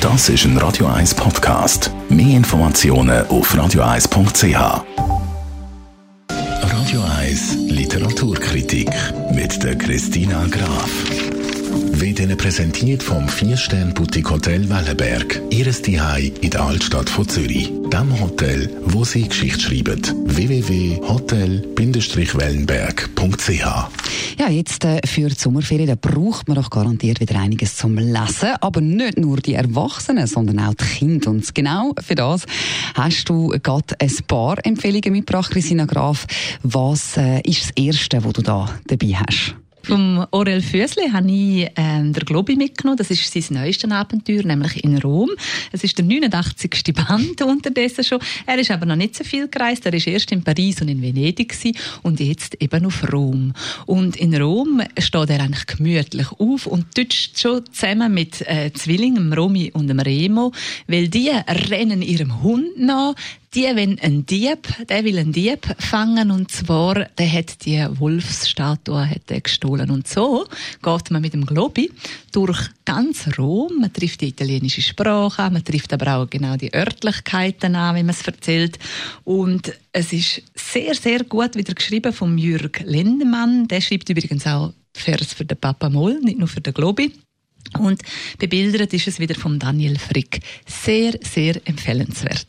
Das ist ein Radio 1 Podcast. Mehr Informationen auf radio1.ch. Radio 1 Literaturkritik mit der Christina Graf. Wird Ihnen präsentiert vom 4-Sterne-Boutique Hotel Wellenberg. Ihres Zuhause in der Altstadt von Zürich. Dem Hotel, wo Sie Geschichte schreiben. www.hotel-wellenberg.ch. Ja, jetzt für die Sommerferien, da braucht man doch garantiert wieder einiges zum Lesen. Aber nicht nur die Erwachsenen, sondern auch die Kinder. Und genau für das hast du gerade ein paar Empfehlungen mitgebracht, Christina Graf. Was ist das Erste, was du da dabei hast? Vom Aurel Füssli habe ich den Globi mitgenommen. Das ist sein neuestes Abenteuer, nämlich in Rom. Es ist der 89. Band unterdessen schon. Er ist aber noch nicht so viel gereist. Er war erst in Paris und in Venedig und jetzt eben auf Rom. Und in Rom steht er eigentlich gemütlich auf und tutscht schon zusammen mit Zwillingen, Romy und dem Remo, weil die rennen ihrem Hund nach. Der will einen Dieb fangen, und zwar, der hat die Wolfsstatue gestohlen. Und so geht man mit dem Globi durch ganz Rom. Man trifft die italienische Sprache an, man trifft aber auch genau die Örtlichkeiten an, wie man es erzählt. Und es ist sehr, sehr gut wieder geschrieben von Jürg Lindemann. Der schreibt übrigens auch Vers für den Papa Moll, nicht nur für den Globi. Und bebildert ist es wieder von Daniel Frick. Sehr, sehr empfehlenswert.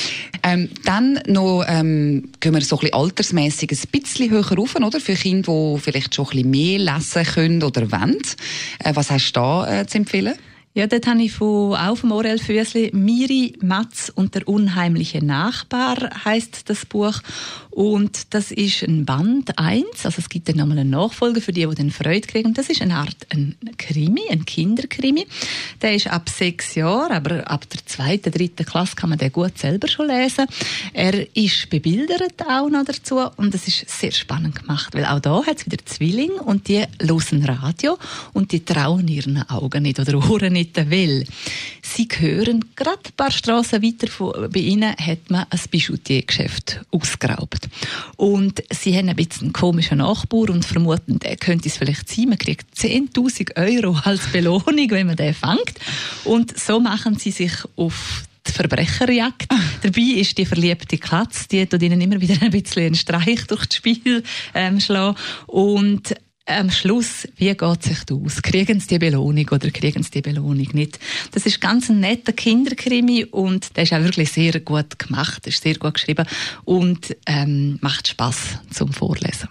Dann noch gehen wir so ein bisschen altersmässig ein bisschen höher rauf, oder? Für Kinder, die vielleicht schon ein bisschen mehr lesen können oder wollen. Was hast du da zu empfehlen? Ja, dort habe ich auch vom Aurel Füssli «Miri, Matz und der unheimliche Nachbar» heisst das Buch. Und das ist ein Band 1, also es gibt dann nochmal eine Nachfolge für die dann Freude kriegen. Das ist eine Art ein Krimi, ein Kinderkrimi. Der ist ab 6 Jahren, aber ab der 2., 3. Klasse kann man den gut selber schon lesen. Er ist bebildert auch noch dazu und es ist sehr spannend gemacht, weil auch da hat es wieder Zwillinge und die hören Radio und die trauen ihren Augen nicht oder Ohren nicht, weil sie hören, gerade ein paar Strassen weiter bei ihnen hat man ein Bijoutiergeschäft ausgeraubt. Und sie haben ein bisschen einen komischen Nachbar und vermuten, der könnte es vielleicht sein. Man kriegt 10'000 Euro als Belohnung, wenn man den fängt. Und so machen sie sich auf die Verbrecherjagd. Dabei ist die verliebte Katze, die tut ihnen immer wieder ein bisschen einen Streich durch das Spiel schlagen. Und am Schluss, wie geht es sich aus? Kriegen sie die Belohnung oder kriegen sie die Belohnung nicht? Das ist ganz ein netter Kinderkrimi und der ist auch wirklich sehr gut gemacht, ist sehr gut geschrieben und macht Spass zum Vorlesen.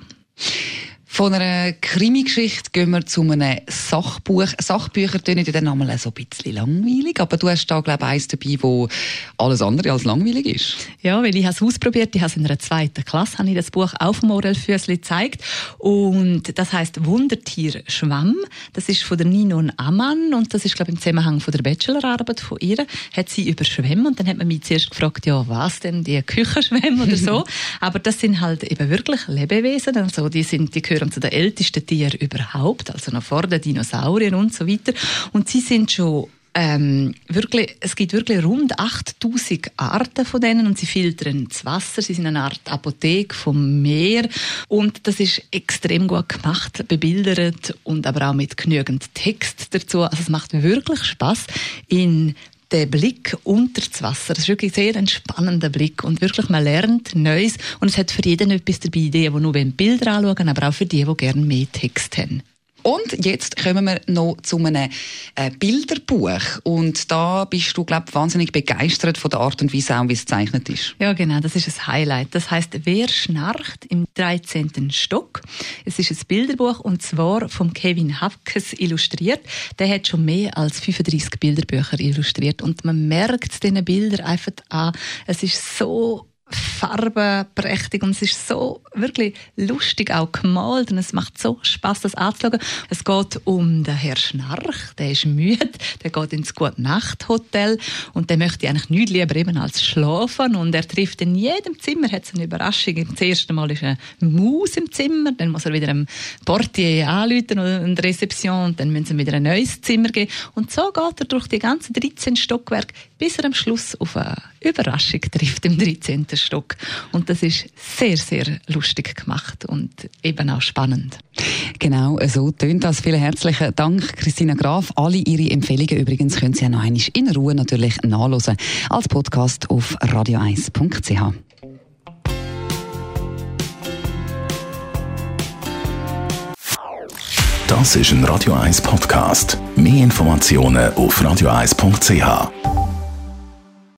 Von einer Krimi-Geschichte gehen wir zu einem Sachbuch. Sachbücher tönen ja dann einmal so ein bisschen langweilig, aber du hast da, glaube ich, eins dabei, wo alles andere als langweilig ist. Ja, weil ich habe es ausprobiert. Ich habe es in einer 2. Klasse, habe ich das Buch auf dem Aurel Füssli gezeigt. Und das heisst Wundertier Schwamm. Das ist von der Ninon Ammann und das ist, glaube ich, im Zusammenhang von der Bachelorarbeit von ihr. Hat sie über Schwämme und dann hat man mich zuerst gefragt, ja, was denn, die Küchenschwämme oder so. Aber das sind halt eben wirklich Lebewesen. Also die gehören zu den ältesten Tieren überhaupt, also noch vor den Dinosauriern und so weiter. Und sie sind schon es gibt wirklich rund 8000 Arten von denen und sie filtern das Wasser. Sie sind eine Art Apotheke vom Meer und das ist extrem gut gemacht, bebildert und aber auch mit genügend Text dazu. Also es macht wirklich Spass in der Blick unter das Wasser. Das ist wirklich sehr ein spannender Blick und wirklich, man lernt Neues und es hat für jeden etwas dabei, die nur Bilder anschauen, aber auch für die gerne mehr Text haben. Und jetzt kommen wir noch zu einem Bilderbuch. Und da bist du, glaube ich, wahnsinnig begeistert von der Art und Weise, auch, wie es gezeichnet ist. Ja, genau, das ist ein Highlight. Das heisst «Wer schnarcht im 13. Stock?» Es ist ein Bilderbuch und zwar von Kevin Hafkes illustriert. Der hat schon mehr als 35 Bilderbücher illustriert und man merkt es diesen Bildern einfach an. Es ist so farbenprächtig und es ist so wirklich lustig auch gemalt und es macht so Spass, das anzuschauen. Es geht um den Herr Schnarch, der ist müde, der geht ins Gute-Nacht-Hotel und der möchte eigentlich nichts lieber eben als schlafen und er trifft in jedem Zimmer, hat es eine Überraschung. Das erste Mal ist eine Maus im Zimmer, dann muss er wieder einem Portier anrufen oder eine Rezeption und dann müssen sie wieder ein neues Zimmer geben und so geht er durch die ganzen 13 Stockwerke, bis er am Schluss auf eine Überraschung trifft im 13. Stock. Und das ist sehr, sehr lustig gemacht und eben auch spannend. Genau, so tönt das. Vielen herzlichen Dank, Christina Graf. Alle Ihre Empfehlungen übrigens können Sie ja noch einmal in Ruhe natürlich nachhören als Podcast auf radio1.ch. Das ist ein Radio 1 Podcast. Mehr Informationen auf radio1.ch.